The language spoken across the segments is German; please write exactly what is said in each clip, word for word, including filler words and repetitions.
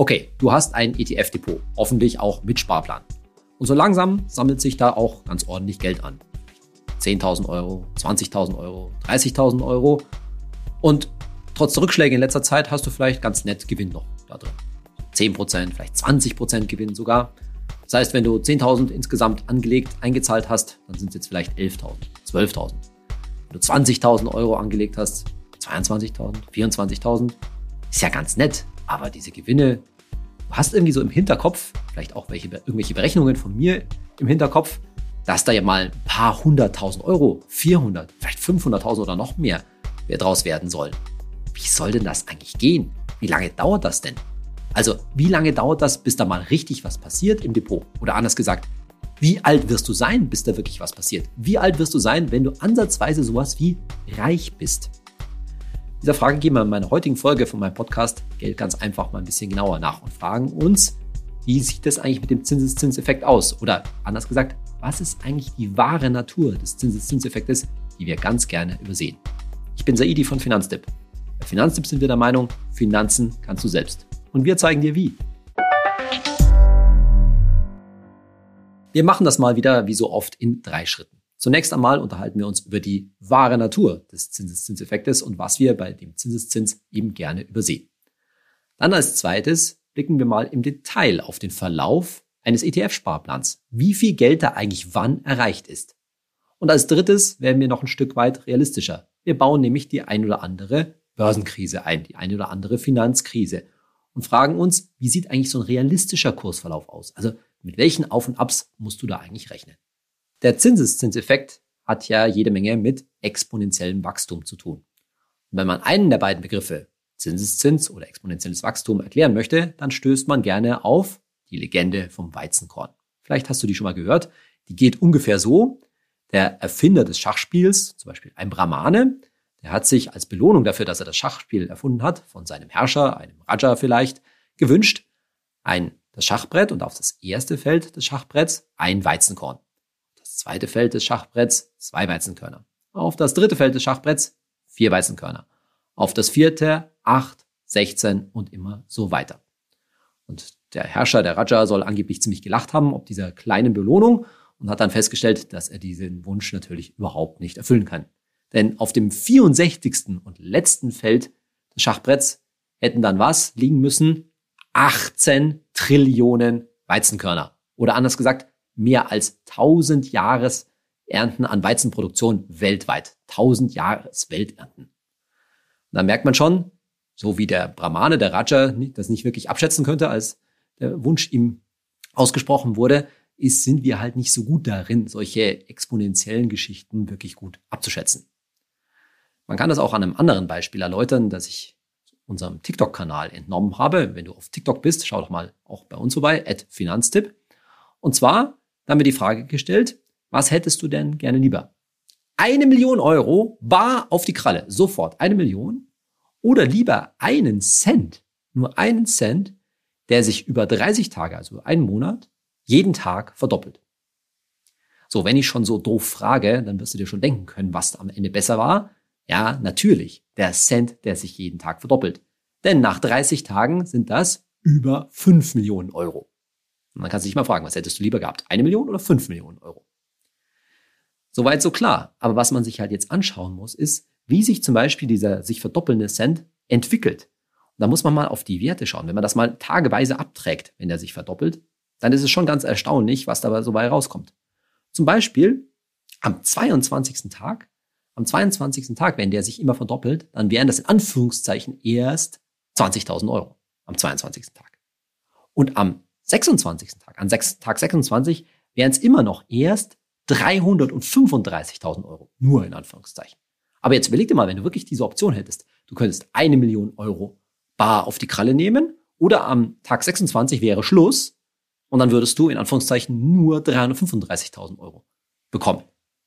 Okay, du hast ein E T F-Depot, hoffentlich auch mit Sparplan. Und so langsam sammelt sich da auch ganz ordentlich Geld an. zehntausend Euro, zwanzigtausend Euro, dreißigtausend Euro. Und trotz der Rückschläge in letzter Zeit hast du vielleicht ganz nett Gewinn noch da drin. zehn Prozent, vielleicht zwanzig Prozent Gewinn sogar. Das heißt, wenn du zehntausend insgesamt angelegt, eingezahlt hast, dann sind es jetzt vielleicht elftausend, zwölftausend. Wenn du zwanzigtausend Euro angelegt hast, zweiundzwanzigtausend, vierundzwanzigtausend, ist ja ganz nett. Aber diese Gewinne, du hast irgendwie so im Hinterkopf, vielleicht auch welche, irgendwelche Berechnungen von mir im Hinterkopf, dass da ja mal ein paar hunderttausend Euro, vierhundert, vielleicht fünfhunderttausend oder noch mehr draus werden sollen. Wie soll denn das eigentlich gehen? Wie lange dauert das denn? Also, wie lange dauert das, bis da mal richtig was passiert im Depot? Oder anders gesagt, wie alt wirst du sein, bis da wirklich was passiert? Wie alt wirst du sein, wenn du ansatzweise sowas wie reich bist? Dieser Frage gehen wir in meiner heutigen Folge von meinem Podcast Geld ganz einfach mal ein bisschen genauer nach und fragen uns, wie sieht das eigentlich mit dem Zinseszinseffekt aus? Oder anders gesagt, was ist eigentlich die wahre Natur des Zinseszinseffektes, die wir ganz gerne übersehen? Ich bin Saidi von Finanztipp. Bei Finanztipp sind wir der Meinung, Finanzen kannst du selbst. Und wir zeigen dir wie. Wir machen das mal wieder wie so oft in drei Schritten. Zunächst einmal unterhalten wir uns über die wahre Natur des Zinseszinseffektes und was wir bei dem Zinseszins eben gerne übersehen. Dann als zweites blicken wir mal im Detail auf den Verlauf eines E T F-Sparplans, wie viel Geld da eigentlich wann erreicht ist. Und als drittes werden wir noch ein Stück weit realistischer. Wir bauen nämlich die ein oder andere Börsenkrise ein, die eine oder andere Finanzkrise und fragen uns, wie sieht eigentlich so ein realistischer Kursverlauf aus? Also mit welchen Auf und Abs musst du da eigentlich rechnen? Der Zinseszinseffekt hat ja jede Menge mit exponentiellem Wachstum zu tun. Und wenn man einen der beiden Begriffe, Zinseszins oder exponentielles Wachstum, erklären möchte, dann stößt man gerne auf die Legende vom Weizenkorn. Vielleicht hast du die schon mal gehört. Die geht ungefähr so: Der Erfinder des Schachspiels, zum Beispiel ein Brahmane, der hat sich als Belohnung dafür, dass er das Schachspiel erfunden hat, von seinem Herrscher, einem Raja vielleicht, gewünscht, ein das Schachbrett und auf das erste Feld des Schachbretts ein Weizenkorn. Das zweite Feld des Schachbretts zwei Weizenkörner. Auf das dritte Feld des Schachbretts vier Weizenkörner. Auf das vierte acht, sechzehn und immer so weiter. Und der Herrscher, der Raja, soll angeblich ziemlich gelacht haben ob dieser kleinen Belohnung und hat dann festgestellt, dass er diesen Wunsch natürlich überhaupt nicht erfüllen kann. Denn auf dem vierundsechzigsten und letzten Feld des Schachbretts hätten dann was liegen müssen? achtzehn Trillionen Weizenkörner. Oder anders gesagt, mehr als tausend Jahresernten an Weizenproduktion weltweit. tausend Jahreswelternten. Und da merkt man schon, so wie der Brahmane, der Raja, das nicht wirklich abschätzen könnte, als der Wunsch ihm ausgesprochen wurde, ist, sind wir halt nicht so gut darin, solche exponentiellen Geschichten wirklich gut abzuschätzen. Man kann das auch an einem anderen Beispiel erläutern, das ich unserem TikTok-Kanal entnommen habe. Wenn du auf TikTok bist, schau doch mal auch bei uns vorbei, at Finanztipp. Und zwar haben wir die Frage gestellt, was hättest du denn gerne lieber? Eine Million Euro bar auf die Kralle, sofort eine Million, oder lieber einen Cent, nur einen Cent, der sich über dreißig Tage, also einen Monat, jeden Tag verdoppelt. So, wenn ich schon so doof frage, dann wirst du dir schon denken können, was am Ende besser war. Ja, natürlich, der Cent, der sich jeden Tag verdoppelt. Denn nach dreißig Tagen sind das über fünf Millionen Euro. Und dann kannst du dich mal fragen, was hättest du lieber gehabt? Eine Million oder fünf Millionen Euro? Soweit so klar. Aber was man sich halt jetzt anschauen muss, ist, wie sich zum Beispiel dieser sich verdoppelnde Cent entwickelt. Und da muss man mal auf die Werte schauen. Wenn man das mal tageweise abträgt, wenn der sich verdoppelt, dann ist es schon ganz erstaunlich, was dabei so bei rauskommt. Zum Beispiel am zweiundzwanzigsten Tag, am zweiundzwanzigsten Tag, wenn der sich immer verdoppelt, dann wären das in Anführungszeichen erst zwanzigtausend Euro am zweiundzwanzigsten Tag. Und am sechsundzwanzigsten Tag, an Tag sechsundzwanzig, wären es immer noch erst dreihundertfünfunddreißigtausend Euro. Nur in Anführungszeichen. Aber jetzt überleg dir mal, wenn du wirklich diese Option hättest, du könntest eine Million Euro bar auf die Kralle nehmen oder am Tag sechsundzwanzig wäre Schluss und dann würdest du in Anführungszeichen nur dreihundertfünfunddreißigtausend Euro bekommen.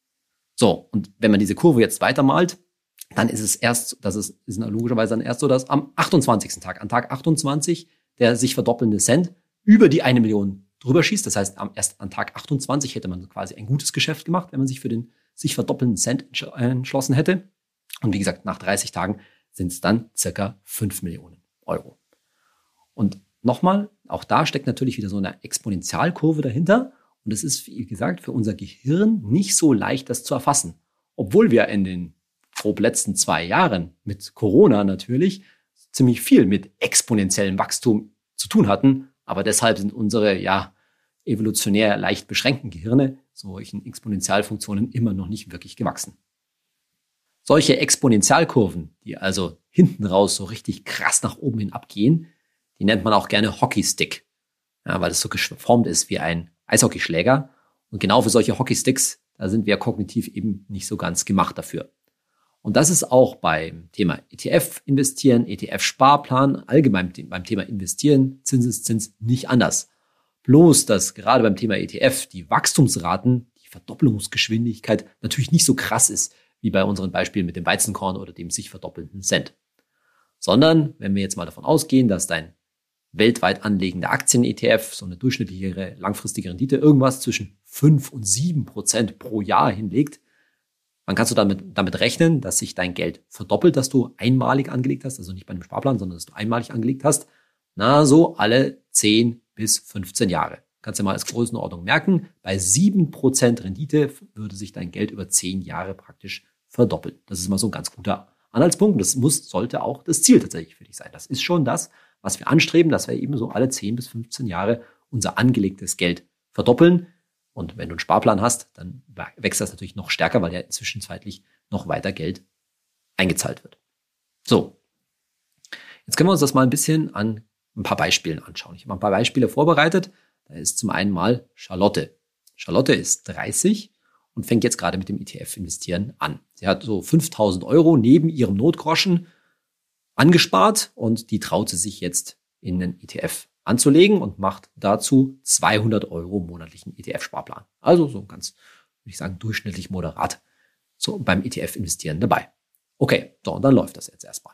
So, und wenn man diese Kurve jetzt weitermalt, dann ist es erst, das ist, ist logischerweise dann erst so, dass am achtundzwanzigsten Tag, an Tag achtundzwanzig, der sich verdoppelnde Cent über die eine Million drüber schießt. Das heißt, erst an Tag achtundzwanzig hätte man quasi ein gutes Geschäft gemacht, wenn man sich für den sich verdoppelnden Cent entschlossen hätte. Und wie gesagt, nach dreißig Tagen sind es dann circa fünf Millionen Euro. Und nochmal, auch da steckt natürlich wieder so eine Exponentialkurve dahinter. Und es ist, wie gesagt, für unser Gehirn nicht so leicht, das zu erfassen. Obwohl wir in den grob letzten zwei Jahren mit Corona natürlich ziemlich viel mit exponentiellem Wachstum zu tun hatten. Aber deshalb sind unsere, ja, evolutionär leicht beschränkten Gehirne solchen Exponentialfunktionen immer noch nicht wirklich gewachsen. Solche Exponentialkurven, die also hinten raus so richtig krass nach oben hin abgehen, die nennt man auch gerne Hockeystick, ja, weil es so geformt ist wie ein Eishockeyschläger. Und genau für solche Hockeysticks, da sind wir kognitiv eben nicht so ganz gemacht dafür. Und das ist auch beim Thema E T F investieren, E T F-Sparplan, allgemein beim Thema investieren, Zinseszins nicht anders. Bloß, dass gerade beim Thema E T F die Wachstumsraten, die Verdoppelungsgeschwindigkeit natürlich nicht so krass ist, wie bei unseren Beispielen mit dem Weizenkorn oder dem sich verdoppelnden Cent. Sondern, wenn wir jetzt mal davon ausgehen, dass dein weltweit anlegender Aktien-E T F so eine durchschnittliche langfristige Rendite irgendwas zwischen fünf und sieben Prozent pro Jahr hinlegt, dann kannst du damit, damit rechnen, dass sich dein Geld verdoppelt, das du einmalig angelegt hast, also nicht bei einem Sparplan, sondern dass du einmalig angelegt hast, na so alle zehn bis fünfzehn Jahre. Kannst du mal als Größenordnung merken, bei sieben Prozent Rendite würde sich dein Geld über zehn Jahre praktisch verdoppeln. Das ist mal so ein ganz guter Anhaltspunkt. Das muss, sollte auch das Ziel tatsächlich für dich sein. Das ist schon das, was wir anstreben, dass wir eben so alle zehn bis fünfzehn Jahre unser angelegtes Geld verdoppeln. Und wenn du einen Sparplan hast, dann wächst das natürlich noch stärker, weil ja zwischenzeitlich noch weiter Geld eingezahlt wird. So, jetzt können wir uns das mal ein bisschen an ein paar Beispielen anschauen. Ich habe ein paar Beispiele vorbereitet. Da ist zum einen mal Charlotte. Charlotte ist dreißig und fängt jetzt gerade mit dem E T F-Investieren an. Sie hat so fünftausend Euro neben ihrem Notgroschen angespart und die traut sie sich jetzt in einen E T F anzulegen und macht dazu zweihundert Euro monatlichen E T F-Sparplan. Also so ganz, würde ich sagen, durchschnittlich moderat so beim E T F-Investieren dabei. Okay, so und dann läuft das jetzt erstmal.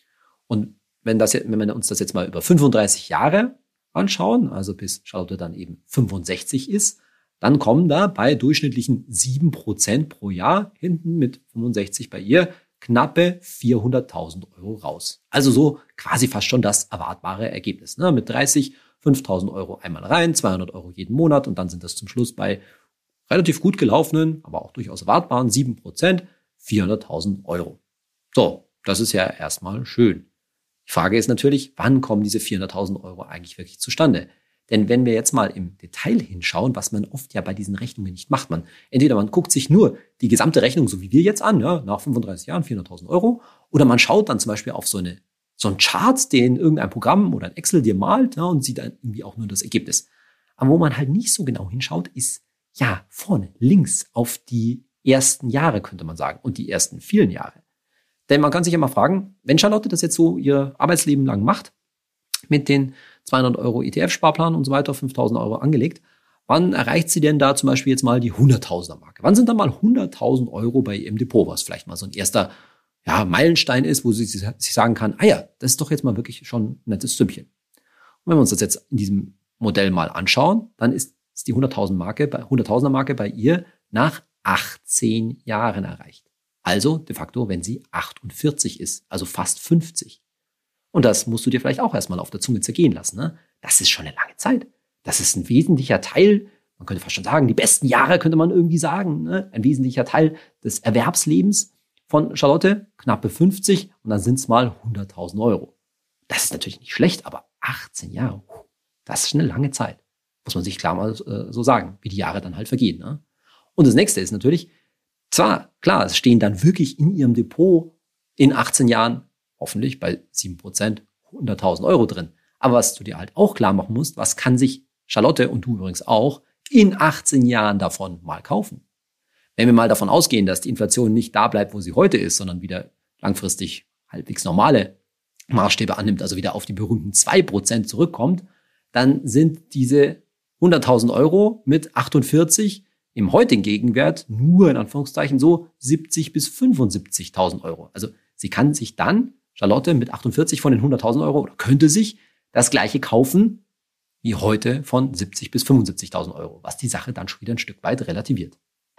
Und wenn, das, wenn wir uns das jetzt mal über fünfunddreißig Jahre anschauen, also bis Charlotte dann eben fünfundsechzig ist, dann kommen da bei durchschnittlichen sieben Prozent pro Jahr hinten mit fünfundsechzig bei ihr knappe vierhunderttausend Euro raus. Also so quasi fast schon das erwartbare Ergebnis. Ne? Mit dreißig, fünftausend Euro einmal rein, zweihundert Euro jeden Monat und dann sind das zum Schluss bei relativ gut gelaufenen, aber auch durchaus erwartbaren sieben Prozent, vierhunderttausend Euro. So, das ist ja erstmal schön. Die Frage ist natürlich, wann kommen diese vierhunderttausend Euro eigentlich wirklich zustande? Denn wenn wir jetzt mal im Detail hinschauen, was man oft ja bei diesen Rechnungen nicht macht, man entweder man guckt sich nur die gesamte Rechnung, so wie wir jetzt an, ja, nach fünfunddreißig Jahren vierhunderttausend Euro, oder man schaut dann zum Beispiel auf so eine so einen Chart, den irgendein Programm oder ein Excel dir malt, ja, und sieht dann irgendwie auch nur das Ergebnis. Aber wo man halt nicht so genau hinschaut, ist ja vorne links auf die ersten Jahre, könnte man sagen, und die ersten vielen Jahre. Denn man kann sich ja mal fragen, wenn Charlotte das jetzt so ihr Arbeitsleben lang macht, mit den zweihundert Euro E T F-Sparplan und so weiter, fünftausend Euro angelegt, wann erreicht sie denn da zum Beispiel jetzt mal die hunderttausender-Marke? Wann sind da mal hunderttausend Euro bei ihrem Depot, was vielleicht mal so ein erster ja, Meilenstein ist, wo sie sich sagen kann, ah ja, das ist doch jetzt mal wirklich schon ein nettes Sümmchen. Und wenn wir uns das jetzt in diesem Modell mal anschauen, dann ist die hunderttausend-Marke, hunderttausender-Marke bei ihr nach achtzehn Jahren erreicht. Also de facto, wenn sie achtundvierzig ist, also fast fünfzig. Und das musst du dir vielleicht auch erstmal auf der Zunge zergehen lassen. Ne? Das ist schon eine lange Zeit. Das ist ein wesentlicher Teil, man könnte fast schon sagen, die besten Jahre könnte man irgendwie sagen, ne? Ein wesentlicher Teil des Erwerbslebens von Charlotte, knappe fünfzig und dann sind es mal hunderttausend Euro. Das ist natürlich nicht schlecht, aber achtzehn Jahre, das ist eine lange Zeit. Muss man sich klar mal äh, so sagen, wie die Jahre dann halt vergehen. Ne? Und das nächste ist natürlich, zwar, klar, es stehen dann wirklich in ihrem Depot in achtzehn Jahren hoffentlich bei sieben Prozent hunderttausend Euro drin. Aber was du dir halt auch klar machen musst, was kann sich Charlotte und du übrigens auch in achtzehn Jahren davon mal kaufen? Wenn wir mal davon ausgehen, dass die Inflation nicht da bleibt, wo sie heute ist, sondern wieder langfristig halbwegs normale Maßstäbe annimmt, also wieder auf die berühmten zwei Prozent zurückkommt, dann sind diese hunderttausend Euro mit achtundvierzig im heutigen Gegenwert nur in Anführungszeichen so siebzig bis fünfundsiebzigtausend Euro. Also sie kann sich dann, Charlotte mit achtundvierzig von den hunderttausend Euro, oder könnte sich das gleiche kaufen wie heute von siebzig bis fünfundsiebzigtausend Euro, was die Sache dann schon wieder ein Stück weit relativiert.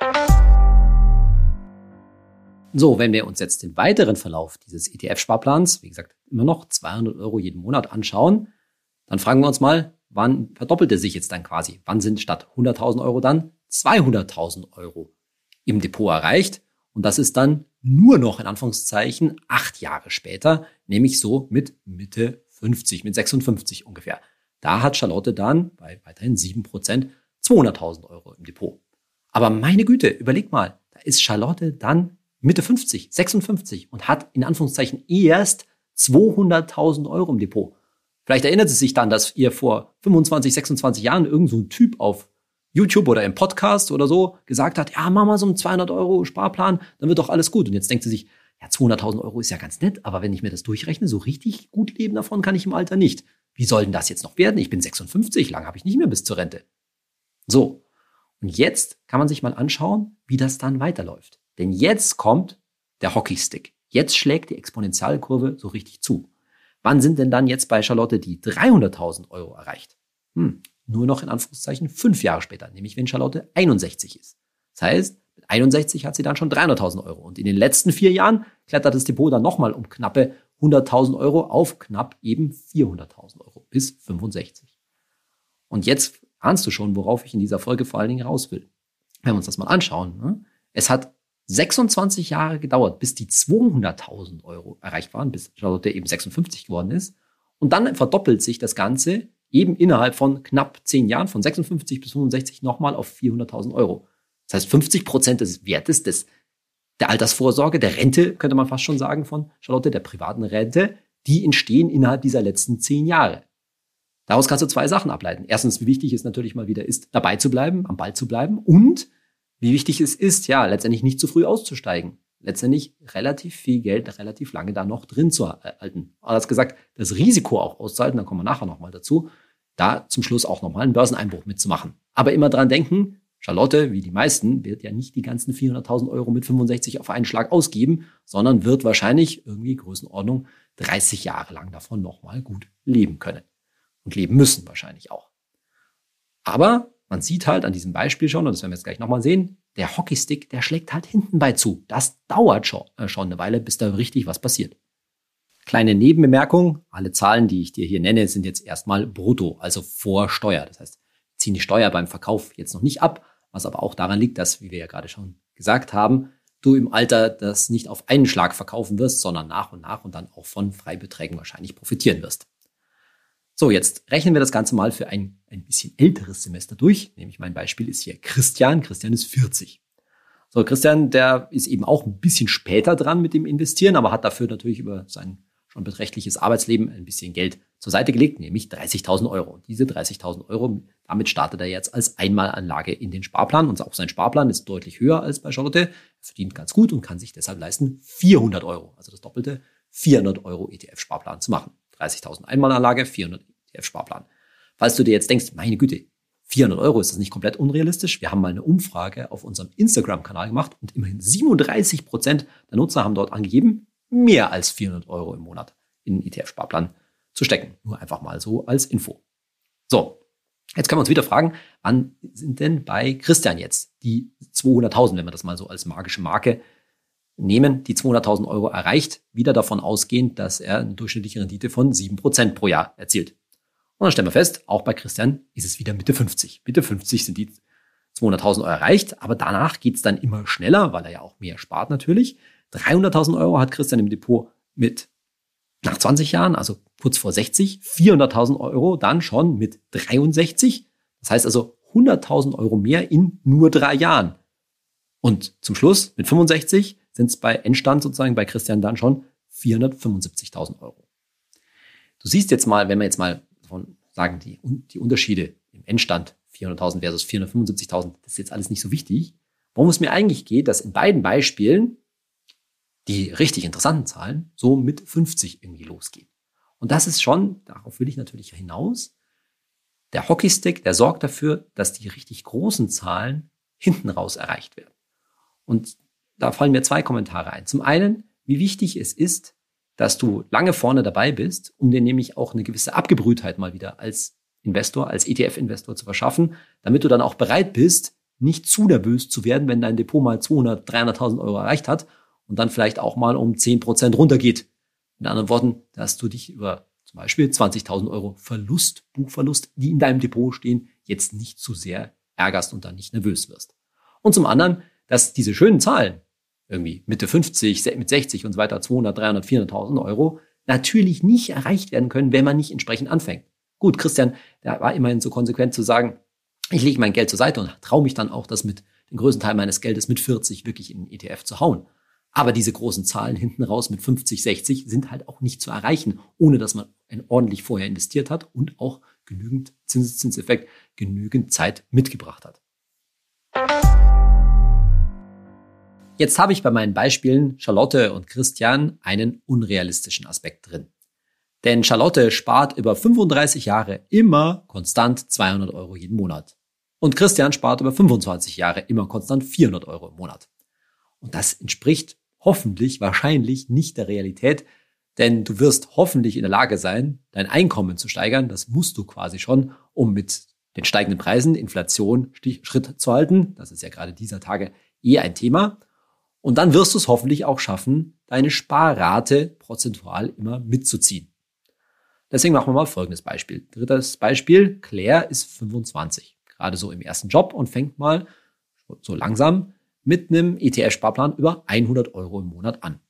So, wenn wir uns jetzt den weiteren Verlauf dieses E T F-Sparplans, wie gesagt, immer noch zweihundert Euro jeden Monat anschauen, Dann fragen wir uns mal, wann verdoppelte sich jetzt dann quasi? Wann sind statt hunderttausend Euro dann zweihunderttausend Euro im Depot erreicht? Und das ist dann nur noch in Anführungszeichen acht Jahre später, nämlich so mit Mitte fünfzig, mit sechsundfünfzig ungefähr. Da hat Charlotte dann bei weiterhin sieben Prozent zweihunderttausend Euro im Depot. Aber meine Güte, überleg mal, da ist Charlotte dann Mitte fünfzig, sechsundfünfzig und hat in Anführungszeichen erst zweihunderttausend Euro im Depot. Vielleicht erinnert sie sich dann, dass ihr vor fünfundzwanzig, sechsundzwanzig Jahren irgend so ein Typ auf YouTube oder im Podcast oder so gesagt hat, ja, mach mal so einen zweihundert Euro Sparplan, dann wird doch alles gut. Und jetzt denkt sie sich, ja, zweihunderttausend Euro ist ja ganz nett, aber wenn ich mir das durchrechne, so richtig gut leben davon kann ich im Alter nicht. Wie soll denn das jetzt noch werden? Ich bin sechsundfünfzig, lang habe ich nicht mehr bis zur Rente. So, und jetzt kann man sich mal anschauen, wie das dann weiterläuft. Denn jetzt kommt der Hockeystick. Jetzt schlägt die Exponentialkurve so richtig zu. Wann sind denn dann jetzt bei Charlotte die dreihunderttausend Euro erreicht? Hm, nur noch in Anführungszeichen fünf Jahre später, nämlich wenn Charlotte einundsechzig ist. Das heißt, mit einundsechzig hat sie dann schon dreihunderttausend Euro. Und in den letzten vier Jahren klettert das Depot dann nochmal um knappe hunderttausend Euro auf knapp eben vierhunderttausend Euro bis fünfundsechzig. Und jetzt ahnst du schon, worauf ich in dieser Folge vor allen Dingen raus will. Wenn wir uns das mal anschauen, ne? Es hat sechsundzwanzig Jahre gedauert, bis die zweihunderttausend Euro erreicht waren, bis Charlotte eben sechsundfünfzig geworden ist. Und dann verdoppelt sich das Ganze eben innerhalb von knapp zehn Jahren, von sechsundfünfzig bis fünfundsechzig, nochmal auf vierhunderttausend Euro. Das heißt, fünfzig Prozent des Wertes des, der Altersvorsorge, der Rente, könnte man fast schon sagen, von Charlotte, der privaten Rente, die entstehen innerhalb dieser letzten zehn Jahre. Daraus kannst du zwei Sachen ableiten. Erstens, wie wichtig es natürlich mal wieder ist, dabei zu bleiben, am Ball zu bleiben, und wie wichtig es ist, ja, letztendlich nicht zu früh auszusteigen. Letztendlich relativ viel Geld relativ lange da noch drin zu halten. Anders gesagt, das Risiko auch auszuhalten, da kommen wir nachher nochmal dazu, da zum Schluss auch nochmal einen Börseneinbruch mitzumachen. Aber immer dran denken, Charlotte, wie die meisten, wird ja nicht die ganzen vierhunderttausend Euro mit fünfundsechzig auf einen Schlag ausgeben, sondern wird wahrscheinlich irgendwie Größenordnung dreißig Jahre lang davon nochmal gut leben können. Und leben müssen wahrscheinlich auch. Aber man sieht halt an diesem Beispiel schon, und das werden wir jetzt gleich nochmal sehen, der Hockeystick, der schlägt halt hinten bei zu. Das dauert schon, äh, schon eine Weile, bis da richtig was passiert. Kleine Nebenbemerkung, alle Zahlen, die ich dir hier nenne, sind jetzt erstmal brutto, also vor Steuer. Das heißt, wir ziehen die Steuer beim Verkauf jetzt noch nicht ab, was aber auch daran liegt, dass, wie wir ja gerade schon gesagt haben, du im Alter das nicht auf einen Schlag verkaufen wirst, sondern nach und nach und dann auch von Freibeträgen wahrscheinlich profitieren wirst. So, jetzt rechnen wir das Ganze mal für ein, ein bisschen älteres Semester durch. Nämlich mein Beispiel ist hier Christian. Christian ist vierzig. So, Christian, der ist eben auch ein bisschen später dran mit dem Investieren, aber hat dafür natürlich über sein schon beträchtliches Arbeitsleben ein bisschen Geld zur Seite gelegt, nämlich dreißigtausend Euro. Und diese dreißigtausend Euro, damit startet er jetzt als Einmalanlage in den Sparplan. Und auch sein Sparplan ist deutlich höher als bei Charlotte. Er verdient ganz gut und kann sich deshalb leisten, vierhundert Euro, also das Doppelte, vierhundert Euro E T F-Sparplan zu machen. dreißigtausend Einmalanlage, vierhundert E T F-Sparplan. Falls du dir jetzt denkst, meine Güte, vierhundert Euro, ist das nicht komplett unrealistisch? Wir haben mal eine Umfrage auf unserem Instagram-Kanal gemacht und immerhin siebenunddreißig Prozent der Nutzer haben dort angegeben, mehr als vierhundert Euro im Monat in den E T F-Sparplan zu stecken. Nur einfach mal so als Info. So, jetzt können wir uns wieder fragen, wann sind denn bei Christian jetzt die zweihunderttausend, wenn wir das mal so als magische Marke nehmen, die zweihunderttausend Euro erreicht, wieder davon ausgehend, dass er eine durchschnittliche Rendite von sieben Prozent pro Jahr erzielt. Und dann stellen wir fest, auch bei Christian ist es wieder Mitte fünfzig. Mitte fünfzig sind die zweihunderttausend Euro erreicht, aber danach geht es dann immer schneller, weil er ja auch mehr spart natürlich. dreihunderttausend Euro hat Christian im Depot mit nach zwanzig Jahren, also kurz vor sechzig, vierhunderttausend Euro dann schon mit dreiundsechzig. Das heißt also hunderttausend Euro mehr in nur drei Jahren. Und zum Schluss mit fünfundsechzig sind es bei Endstand sozusagen bei Christian dann schon vierhundertfünfundsiebzigtausend Euro. Du siehst jetzt mal, wenn wir jetzt mal von sagen, die, die Unterschiede im Endstand, vierhunderttausend versus vierhundertfünfundsiebzigtausend, das ist jetzt alles nicht so wichtig. Worum es mir eigentlich geht, dass in beiden Beispielen die richtig interessanten Zahlen so mit fünfzig irgendwie losgehen. Und das ist schon, darauf will ich natürlich hinaus, der Hockeystick, der sorgt dafür, dass die richtig großen Zahlen hinten raus erreicht werden. Und da fallen mir zwei Kommentare ein. Zum einen, wie wichtig es ist, dass du lange vorne dabei bist, um dir nämlich auch eine gewisse Abgebrühtheit mal wieder als Investor, als E T F-Investor zu verschaffen, damit du dann auch bereit bist, nicht zu nervös zu werden, wenn dein Depot mal zweihundert, dreihunderttausend Euro erreicht hat und dann vielleicht auch mal um zehn Prozent runtergeht. In anderen Worten, dass du dich über zum Beispiel zwanzigtausend Euro Verlust, Buchverlust, die in deinem Depot stehen, jetzt nicht zu sehr ärgerst und dann nicht nervös wirst. Und zum anderen, dass diese schönen Zahlen, irgendwie Mitte fünfzig, mit sechzig und so weiter, zweihundert, dreihundert, vierhunderttausend Euro, natürlich nicht erreicht werden können, wenn man nicht entsprechend anfängt. Gut, Christian, der war immerhin so konsequent zu sagen, ich lege mein Geld zur Seite und traue mich dann auch, das mit den größten Teil meines Geldes mit vierzig wirklich in den E T F zu hauen. Aber diese großen Zahlen hinten raus mit fünfzig, sechzig sind halt auch nicht zu erreichen, ohne dass man ein ordentlich vorher investiert hat und auch genügend Zinseszinseffekt, genügend Zeit mitgebracht hat. Jetzt habe ich bei meinen Beispielen Charlotte und Christian einen unrealistischen Aspekt drin. Denn Charlotte spart über fünfunddreißig Jahre immer konstant zweihundert Euro jeden Monat. Und Christian spart über fünfundzwanzig Jahre immer konstant vierhundert Euro im Monat. Und das entspricht hoffentlich, wahrscheinlich nicht der Realität, denn du wirst hoffentlich in der Lage sein, dein Einkommen zu steigern. Das musst du quasi schon, um mit den steigenden Preisen, Inflation Schritt zu halten. Das ist ja gerade dieser Tage eh ein Thema. Und dann wirst du es hoffentlich auch schaffen, deine Sparrate prozentual immer mitzuziehen. Deswegen machen wir mal folgendes Beispiel. Drittes Beispiel, Claire ist fünfundzwanzig, gerade so im ersten Job und fängt mal so langsam mit einem E T F-Sparplan über hundert Euro im Monat an.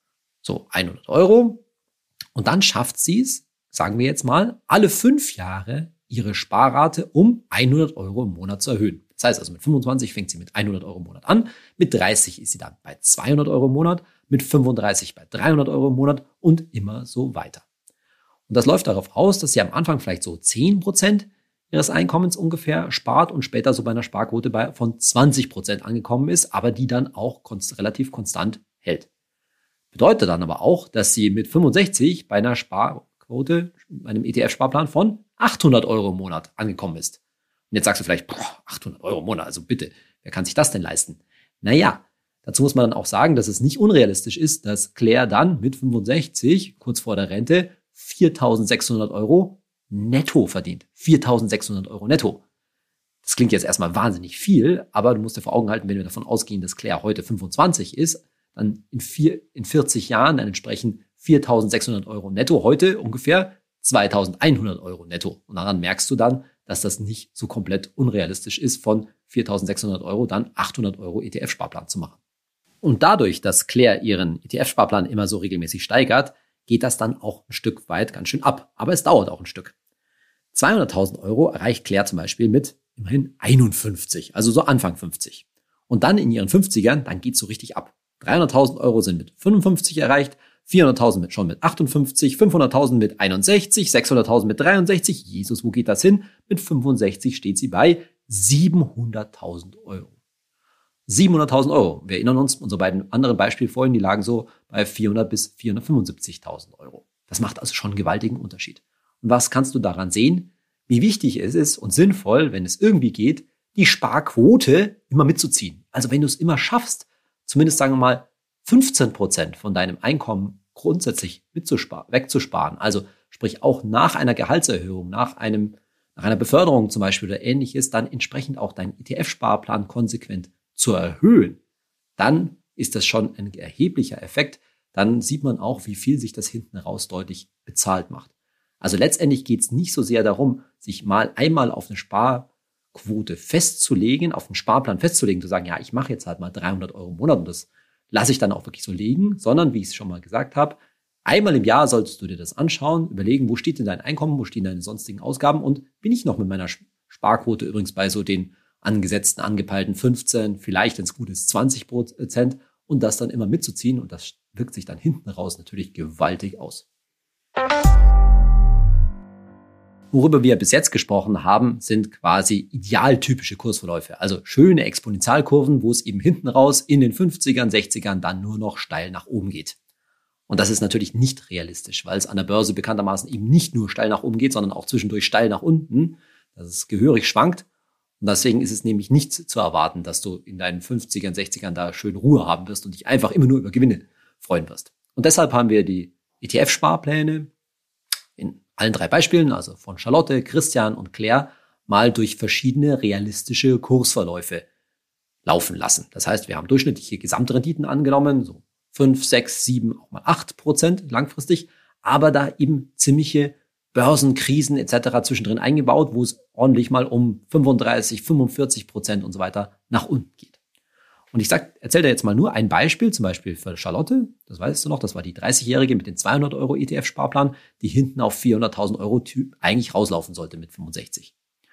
So, hundert Euro. Und dann schafft sie es, sagen wir jetzt mal, alle fünf Jahre ihre Sparrate um hundert Euro im Monat zu erhöhen. Das heißt also, mit fünfundzwanzig fängt sie mit hundert Euro im Monat an, mit dreißig ist sie dann bei zweihundert Euro im Monat, mit fünfunddreißig bei dreihundert Euro im Monat und immer so weiter. Und das läuft darauf aus, dass sie am Anfang vielleicht so zehn Prozent ihres Einkommens ungefähr spart und später so bei einer Sparquote bei von zwanzig Prozent angekommen ist, aber die dann auch konst- relativ konstant hält. Bedeutet dann aber auch, dass sie mit fünfundsechzig bei einer Sparquote, bei einem E T F-Sparplan von achthundert Euro im Monat angekommen ist. Und jetzt sagst du vielleicht, boah, achthundert Euro im Monat, also bitte, wer kann sich das denn leisten? Naja, dazu muss man dann auch sagen, dass es nicht unrealistisch ist, dass Claire dann mit fünfundsechzig, kurz vor der Rente, viertausendsechshundert Euro netto verdient. viertausendsechshundert Euro netto. Das klingt jetzt erstmal wahnsinnig viel, aber du musst dir vor Augen halten, wenn wir davon ausgehen, dass Claire heute fünfundzwanzig ist, dann in, vier, in vierzig Jahren dann entsprechend viertausendsechshundert Euro netto, heute ungefähr zweitausendeinhundert Euro netto. Und daran merkst du dann, dass das nicht so komplett unrealistisch ist, von viertausendsechshundert Euro dann achthundert Euro E T F-Sparplan zu machen. Und dadurch, dass Claire ihren E T F-Sparplan immer so regelmäßig steigert, geht das dann auch ein Stück weit ganz schön ab. Aber es dauert auch ein Stück. zweihunderttausend Euro erreicht Claire zum Beispiel mit immerhin einundfünfzig, also so Anfang fünfzig. Und dann in ihren fünfzigern, dann geht's so richtig ab. dreihunderttausend Euro sind mit fünfundfünfzig erreicht, vierhunderttausend mit schon mit achtundfünfzig, fünfhunderttausend mit einundsechzig, sechshunderttausend mit dreiundsechzig. Jesus, wo geht das hin? Mit fünfundsechzig steht sie bei siebenhunderttausend Euro. siebenhunderttausend Euro. Wir erinnern uns, unsere beiden anderen Beispiele vorhin, die lagen so bei vierhundert bis vierhundertfünfundsiebzigtausend Euro. Das macht also schon einen gewaltigen Unterschied. Und was kannst du daran sehen? Wie wichtig es ist und sinnvoll, wenn es irgendwie geht, die Sparquote immer mitzuziehen. Also wenn du es immer schaffst, zumindest sagen wir mal fünfzehn Prozent von deinem Einkommen grundsätzlich mitzusparen, wegzusparen. Also sprich auch nach einer Gehaltserhöhung, nach einem, nach einer Beförderung zum Beispiel oder ähnliches, dann entsprechend auch deinen E T F-Sparplan konsequent zu erhöhen, dann ist das schon ein erheblicher Effekt. Dann sieht man auch, wie viel sich das hinten raus deutlich bezahlt macht. Also letztendlich geht es nicht so sehr darum, sich mal einmal auf eine Sparquote festzulegen, auf einen Sparplan festzulegen, zu sagen, ja, ich mache jetzt halt mal dreihundert Euro im Monat und das lasse ich dann auch wirklich so liegen, sondern, wie ich es schon mal gesagt habe, einmal im Jahr solltest du dir das anschauen, überlegen, wo steht denn dein Einkommen, wo stehen deine sonstigen Ausgaben und bin ich noch mit meiner Sparquote übrigens bei so den angesetzten, angepeilten fünfzehn, vielleicht, wenn es gut ist, zwanzig Prozent und das dann immer mitzuziehen und das wirkt sich dann hinten raus natürlich gewaltig aus. Worüber wir bis jetzt gesprochen haben, sind quasi idealtypische Kursverläufe, also schöne Exponentialkurven, wo es eben hinten raus in den fünfzigern, sechzigern dann nur noch steil nach oben geht. Und das ist natürlich nicht realistisch, weil es an der Börse bekanntermaßen eben nicht nur steil nach oben geht, sondern auch zwischendurch steil nach unten, dass es gehörig schwankt. Und deswegen ist es nämlich nicht zu erwarten, dass du in deinen fünfzigern, sechzigern da schön Ruhe haben wirst und dich einfach immer nur über Gewinne freuen wirst. Und deshalb haben wir die E T F-Sparpläne in allen drei Beispielen, also von Charlotte, Christian und Claire, mal durch verschiedene realistische Kursverläufe laufen lassen. Das heißt, wir haben durchschnittliche Gesamtrenditen angenommen, so fünf, sechs, sieben, auch mal acht Prozent langfristig, aber da eben ziemliche Börsenkrisen et cetera zwischendrin eingebaut, wo es ordentlich mal um fünfunddreißig, fünfundvierzig Prozent und so weiter nach unten geht. Und ich sag, erzähl dir jetzt mal nur ein Beispiel, zum Beispiel für Charlotte, das weißt du noch, das war die dreißigjährige mit den zweihundert Euro E T F-Sparplan, die hinten auf vierhunderttausend Euro Typ eigentlich rauslaufen sollte mit fünfundsechzig.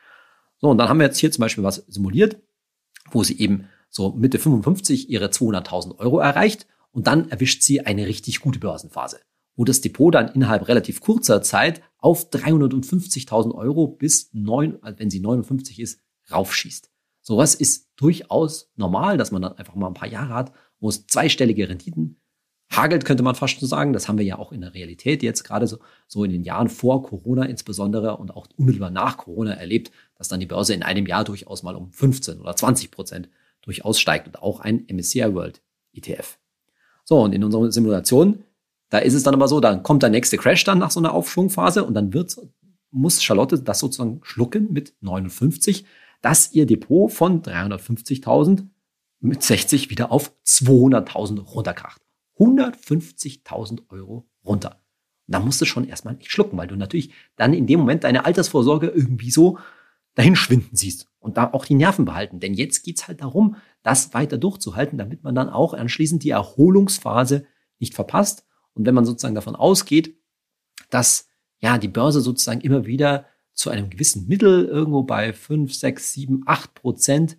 So, und dann haben wir jetzt hier zum Beispiel was simuliert, wo sie eben so Mitte fünfundfünfzig ihre zweihunderttausend Euro erreicht und dann erwischt sie eine richtig gute Börsenphase, wo das Depot dann innerhalb relativ kurzer Zeit auf dreihundertfünfzigtausend Euro bis neun, wenn sie neunundfünfzig ist, raufschießt. Sowas ist durchaus normal, dass man dann einfach mal ein paar Jahre hat, wo es zweistellige Renditen hagelt, könnte man fast schon sagen. Das haben wir ja auch in der Realität jetzt gerade so, so in den Jahren vor Corona insbesondere und auch unmittelbar nach Corona erlebt, dass dann die Börse in einem Jahr durchaus mal um fünfzehn oder zwanzig Prozent durchaus steigt und auch ein M S C I World E T F. So, und in unserer Simulation, da ist es dann aber so, dann kommt der nächste Crash dann nach so einer Aufschwungphase und dann wird, muss Charlotte das sozusagen schlucken mit neunundfünfzig, dass ihr Depot von dreihundertfünfzigtausend mit sechzig wieder auf zweihunderttausend runterkracht. hundertfünfzigtausend Euro runter. Und da musst du schon erstmal nicht schlucken, weil du natürlich dann in dem Moment deine Altersvorsorge irgendwie so dahin schwinden siehst und da auch die Nerven behalten. Denn jetzt geht's halt darum, das weiter durchzuhalten, damit man dann auch anschließend die Erholungsphase nicht verpasst. Und wenn man sozusagen davon ausgeht, dass ja die Börse sozusagen immer wieder zu einem gewissen Mittel irgendwo bei fünf, sechs, sieben, acht Prozent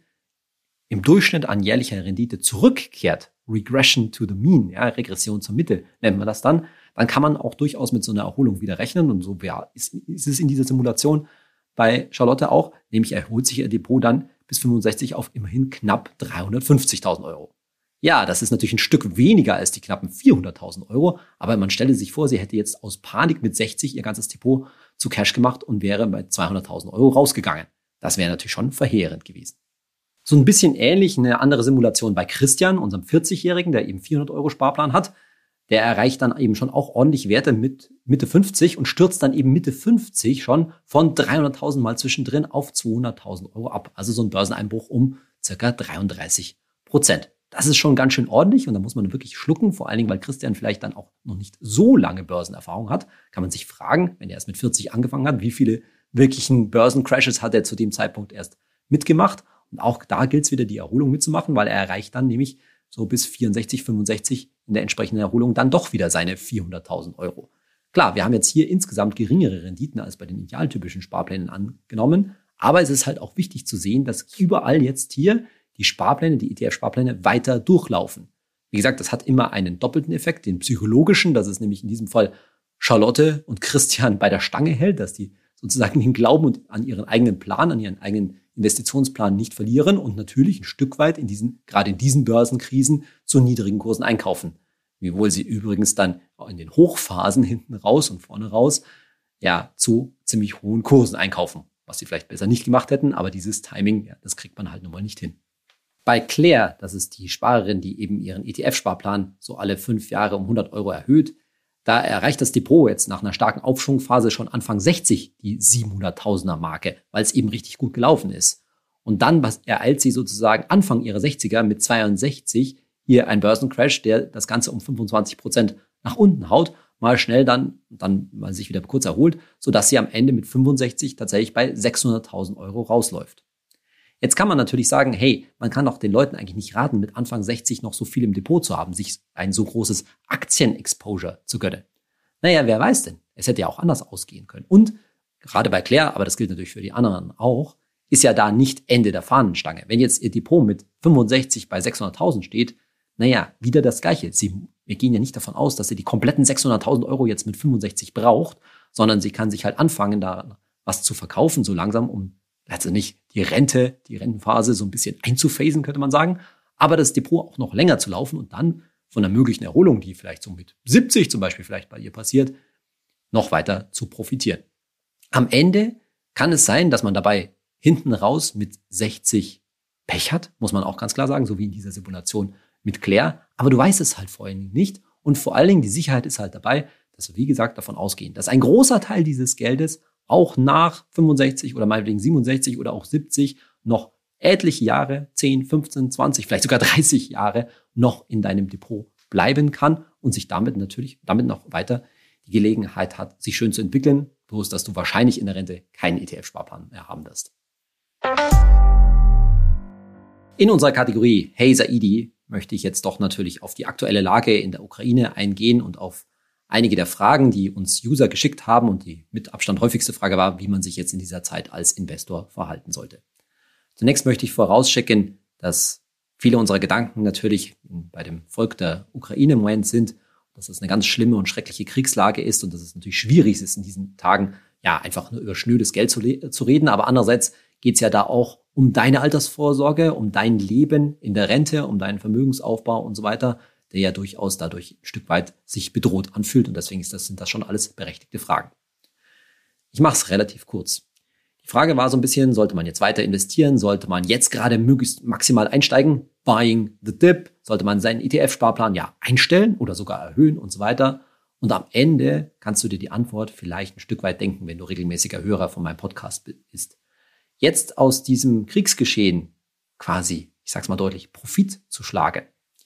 im Durchschnitt an jährlicher Rendite zurückkehrt, Regression to the Mean, ja, Regression zur Mitte nennt man das dann, dann kann man auch durchaus mit so einer Erholung wieder rechnen. Und so ja, ist, ist es in dieser Simulation bei Charlotte auch, nämlich erholt sich ihr Depot dann bis fünfundsechzig auf immerhin knapp dreihundertfünfzigtausend Euro. Ja, das ist natürlich ein Stück weniger als die knappen vierhunderttausend Euro, aber man stelle sich vor, sie hätte jetzt aus Panik mit sechzig ihr ganzes Depot zu Cash gemacht und wäre bei zweihunderttausend Euro rausgegangen. Das wäre natürlich schon verheerend gewesen. So ein bisschen ähnlich eine andere Simulation bei Christian, unserem vierzigjährigen, der eben vierhundert Euro Sparplan hat. Der erreicht dann eben schon auch ordentlich Werte mit Mitte fünfzig und stürzt dann eben Mitte fünfzig schon von dreihunderttausend mal zwischendrin auf zweihunderttausend Euro ab. Also so ein Börseneinbruch um circa dreiunddreißig Prozent. Das ist schon ganz schön ordentlich und da muss man wirklich schlucken, vor allen Dingen, weil Christian vielleicht dann auch noch nicht so lange Börsenerfahrung hat. Kann man sich fragen, wenn er erst mit vierzig angefangen hat, wie viele wirklichen Börsencrashes hat er zu dem Zeitpunkt erst mitgemacht. Und auch da gilt es wieder, die Erholung mitzumachen, weil er erreicht dann nämlich so bis vierundsechzig, fünfundsechzig in der entsprechenden Erholung dann doch wieder seine vierhunderttausend Euro. Klar, wir haben jetzt hier insgesamt geringere Renditen als bei den idealtypischen Sparplänen angenommen, aber es ist halt auch wichtig zu sehen, dass überall jetzt hier die Sparpläne, die E T F-Sparpläne weiter durchlaufen. Wie gesagt, das hat immer einen doppelten Effekt, den psychologischen, dass es nämlich in diesem Fall Charlotte und Christian bei der Stange hält, dass die sozusagen den Glauben und an ihren eigenen Plan, an ihren eigenen Investitionsplan nicht verlieren und natürlich ein Stück weit in diesen, gerade in diesen Börsenkrisen zu niedrigen Kursen einkaufen. Wiewohl sie übrigens dann in den Hochphasen hinten raus und vorne raus ja zu ziemlich hohen Kursen einkaufen, was sie vielleicht besser nicht gemacht hätten, aber dieses Timing, ja, das kriegt man halt nun mal nicht hin. Bei Claire, das ist die Sparerin, die eben ihren E T F-Sparplan so alle fünf Jahre um hundert Euro erhöht, da erreicht das Depot jetzt nach einer starken Aufschwungphase schon Anfang sechzig die siebenhunderttausender Marke, weil es eben richtig gut gelaufen ist. Und dann ereilt sie sozusagen Anfang ihrer sechziger mit zweiundsechzig hier ein Börsencrash, der das Ganze um fünfundzwanzig Prozent nach unten haut, mal schnell dann, dann mal sich wieder kurz erholt, sodass sie am Ende mit fünfundsechzig tatsächlich bei sechshunderttausend Euro rausläuft. Jetzt kann man natürlich sagen, hey, man kann doch den Leuten eigentlich nicht raten, mit Anfang sechzig noch so viel im Depot zu haben, sich ein so großes Aktien-Exposure zu gönnen. Naja, wer weiß denn? Es hätte ja auch anders ausgehen können. Und gerade bei Claire, aber das gilt natürlich für die anderen auch, ist ja da nicht Ende der Fahnenstange. Wenn jetzt ihr Depot mit fünfundsechzig bei sechshunderttausend steht, naja, wieder das Gleiche. Sie, wir gehen ja nicht davon aus, dass sie die kompletten sechshunderttausend Euro jetzt mit fünfundsechzig braucht, sondern sie kann sich halt anfangen, da was zu verkaufen, so langsam, um letztendlich die Rente, die Rentenphase so ein bisschen einzuphasen, könnte man sagen, aber das Depot auch noch länger zu laufen und dann von einer möglichen Erholung, die vielleicht so mit siebzig zum Beispiel vielleicht bei ihr passiert, noch weiter zu profitieren. Am Ende kann es sein, dass man dabei hinten raus mit sechzig Pech hat, muss man auch ganz klar sagen, so wie in dieser Simulation mit Claire, aber du weißt es halt vor allen Dingen nicht und vor allen Dingen die Sicherheit ist halt dabei, dass wir, wie gesagt, davon ausgehen, dass ein großer Teil dieses Geldes auch nach fünfundsechzig oder meinetwegen siebenundsechzig oder auch siebzig noch etliche Jahre, zehn, fünfzehn, zwanzig, vielleicht sogar dreißig Jahre noch in deinem Depot bleiben kann und sich damit natürlich, damit noch weiter die Gelegenheit hat, sich schön zu entwickeln, bloß dass du wahrscheinlich in der Rente keinen E T F-Sparplan mehr haben wirst. In unserer Kategorie Hey Saidi möchte ich jetzt doch natürlich auf die aktuelle Lage in der Ukraine eingehen und auf einige der Fragen, die uns User geschickt haben, und die mit Abstand häufigste Frage war, wie man sich jetzt in dieser Zeit als Investor verhalten sollte. Zunächst möchte ich vorausschicken, dass viele unserer Gedanken natürlich bei dem Volk der Ukraine im Moment sind, dass es eine ganz schlimme und schreckliche Kriegslage ist und dass es natürlich schwierig ist, in diesen Tagen ja einfach nur über schnödes Geld zu, le- zu reden. Aber andererseits geht es ja da auch um deine Altersvorsorge, um dein Leben in der Rente, um deinen Vermögensaufbau und so weiter, der ja durchaus dadurch ein Stück weit sich bedroht anfühlt. Und deswegen ist das, sind das schon alles berechtigte Fragen. Ich mache es relativ kurz. Die Frage war so ein bisschen, sollte man jetzt weiter investieren? Sollte man jetzt gerade möglichst maximal einsteigen? Buying the dip? Sollte man seinen E T F-Sparplan ja einstellen oder sogar erhöhen und so weiter? Und am Ende kannst du dir die Antwort vielleicht ein Stück weit denken, wenn du regelmäßiger Hörer von meinem Podcast bist. Jetzt aus diesem Kriegsgeschehen quasi, ich sag's mal deutlich, Profit zu schlagen.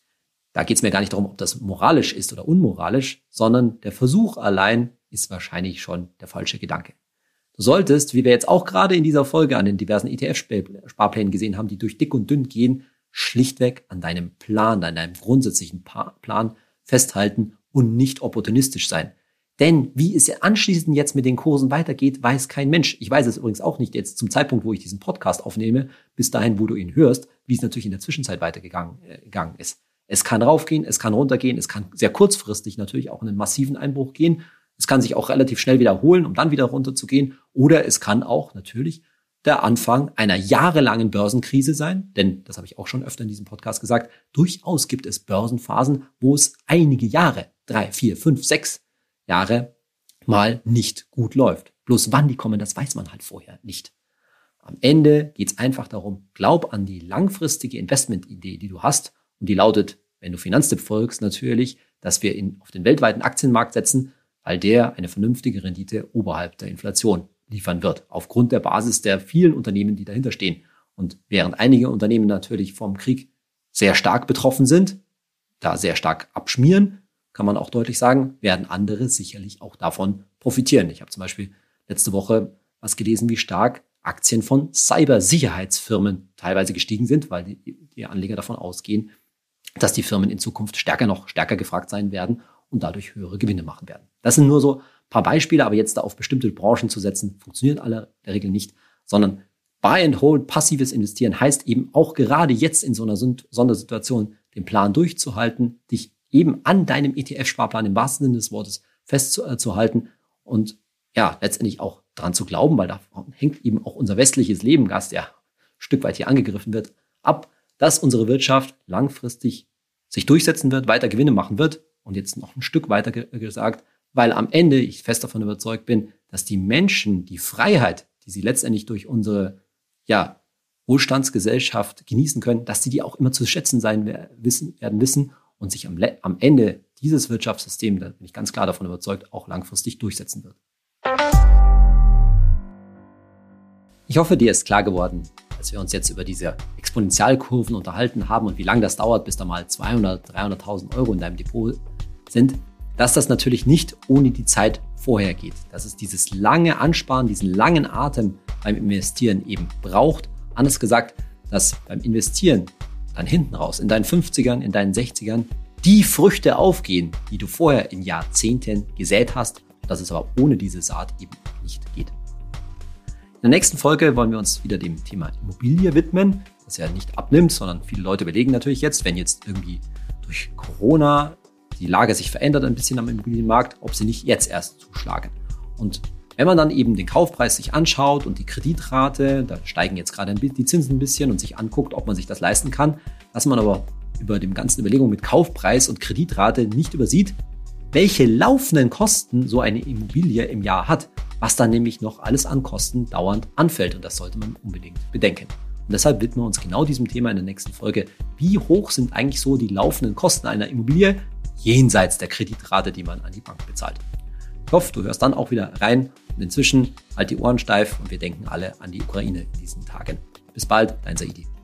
Da geht's mir gar nicht darum, ob das moralisch ist oder unmoralisch, sondern der Versuch allein ist wahrscheinlich schon der falsche Gedanke. Du solltest, wie wir jetzt auch gerade in dieser Folge an den diversen E T F-Sparplänen gesehen haben, die durch dick und dünn gehen, schlichtweg an deinem Plan, an deinem grundsätzlichen Plan festhalten und nicht opportunistisch sein. Denn wie es anschließend jetzt mit den Kursen weitergeht, weiß kein Mensch. Ich weiß es übrigens auch nicht jetzt zum Zeitpunkt, wo ich diesen Podcast aufnehme, bis dahin, wo du ihn hörst, wie es natürlich in der Zwischenzeit weitergegangen äh, gegangen ist. Es kann raufgehen, es kann runtergehen, es kann sehr kurzfristig natürlich auch einen massiven Einbruch gehen. Es kann sich auch relativ schnell wiederholen, um dann wieder runterzugehen. Oder es kann auch natürlich der Anfang einer jahrelangen Börsenkrise sein. Denn, das habe ich auch schon öfter in diesem Podcast gesagt, durchaus gibt es Börsenphasen, wo es einige Jahre, drei, vier, fünf, sechs Jahre mal nicht gut läuft. Bloß wann die kommen, das weiß man halt vorher nicht. Am Ende geht es einfach darum, glaub an die langfristige Investmentidee, die du hast. Und die lautet, wenn du Finanztipp folgst, natürlich, dass wir in, auf den weltweiten Aktienmarkt setzen, weil der eine vernünftige Rendite oberhalb der Inflation liefern wird. Aufgrund der Basis der vielen Unternehmen, die dahinter stehen. Und während einige Unternehmen natürlich vom Krieg sehr stark betroffen sind, da sehr stark abschmieren, kann man auch deutlich sagen, werden andere sicherlich auch davon profitieren. Ich habe zum Beispiel letzte Woche was gelesen, wie stark Aktien von Cybersicherheitsfirmen teilweise gestiegen sind, weil die, die Anleger davon ausgehen, dass die Firmen in Zukunft stärker noch stärker gefragt sein werden und dadurch höhere Gewinne machen werden. Das sind nur so ein paar Beispiele, aber jetzt da auf bestimmte Branchen zu setzen, funktioniert aller der Regel nicht, sondern Buy and Hold, passives Investieren heißt eben auch gerade jetzt in so einer Sondersituation den Plan durchzuhalten, dich eben an deinem E T F-Sparplan im wahrsten Sinne des Wortes festzuhalten und ja, letztendlich auch daran zu glauben, weil da hängt eben auch unser westliches Leben, das ja ein Stück weit hier angegriffen wird, ab, dass unsere Wirtschaft langfristig sich durchsetzen wird, weiter Gewinne machen wird und jetzt noch ein Stück weiter ge- gesagt, weil am Ende ich fest davon überzeugt bin, dass die Menschen die Freiheit, die sie letztendlich durch unsere ja, Wohlstandsgesellschaft genießen können, dass sie die auch immer zu schätzen sein wer- wissen, werden wissen und sich am, Le- am Ende dieses Wirtschaftssystem, da bin ich ganz klar davon überzeugt, auch langfristig durchsetzen wird. Ich hoffe, dir ist klar geworden, als wir uns jetzt über diese Exponentialkurven unterhalten haben und wie lange das dauert, bis da mal zweihundert, dreihunderttausend Euro in deinem Depot sind, dass das natürlich nicht ohne die Zeit vorher geht. Dass es dieses lange Ansparen, diesen langen Atem beim Investieren eben braucht. Anders gesagt, dass beim Investieren dann hinten raus, in deinen fünfzigern, in deinen sechzigern, die Früchte aufgehen, die du vorher in Jahrzehnten gesät hast, dass es aber ohne diese Saat eben nicht geht. In der nächsten Folge wollen wir uns wieder dem Thema Immobilie widmen, das ja nicht abnimmt, sondern viele Leute überlegen natürlich jetzt, wenn jetzt irgendwie durch Corona die Lage sich verändert ein bisschen am Immobilienmarkt, ob sie nicht jetzt erst zuschlagen. Und wenn man dann eben den Kaufpreis sich anschaut und die Kreditrate, da steigen jetzt gerade die Zinsen ein bisschen und sich anguckt, ob man sich das leisten kann, dass man aber über dem ganzen Überlegung mit Kaufpreis und Kreditrate nicht übersieht, welche laufenden Kosten so eine Immobilie im Jahr hat, was dann nämlich noch alles an Kosten dauernd anfällt. Und das sollte man unbedingt bedenken. Und deshalb widmen wir uns genau diesem Thema in der nächsten Folge. Wie hoch sind eigentlich so die laufenden Kosten einer Immobilie jenseits der Kreditrate, die man an die Bank bezahlt? Ich hoffe, du hörst dann auch wieder rein. Und inzwischen halt die Ohren steif und wir denken alle an die Ukraine in diesen Tagen. Bis bald, dein Saidi.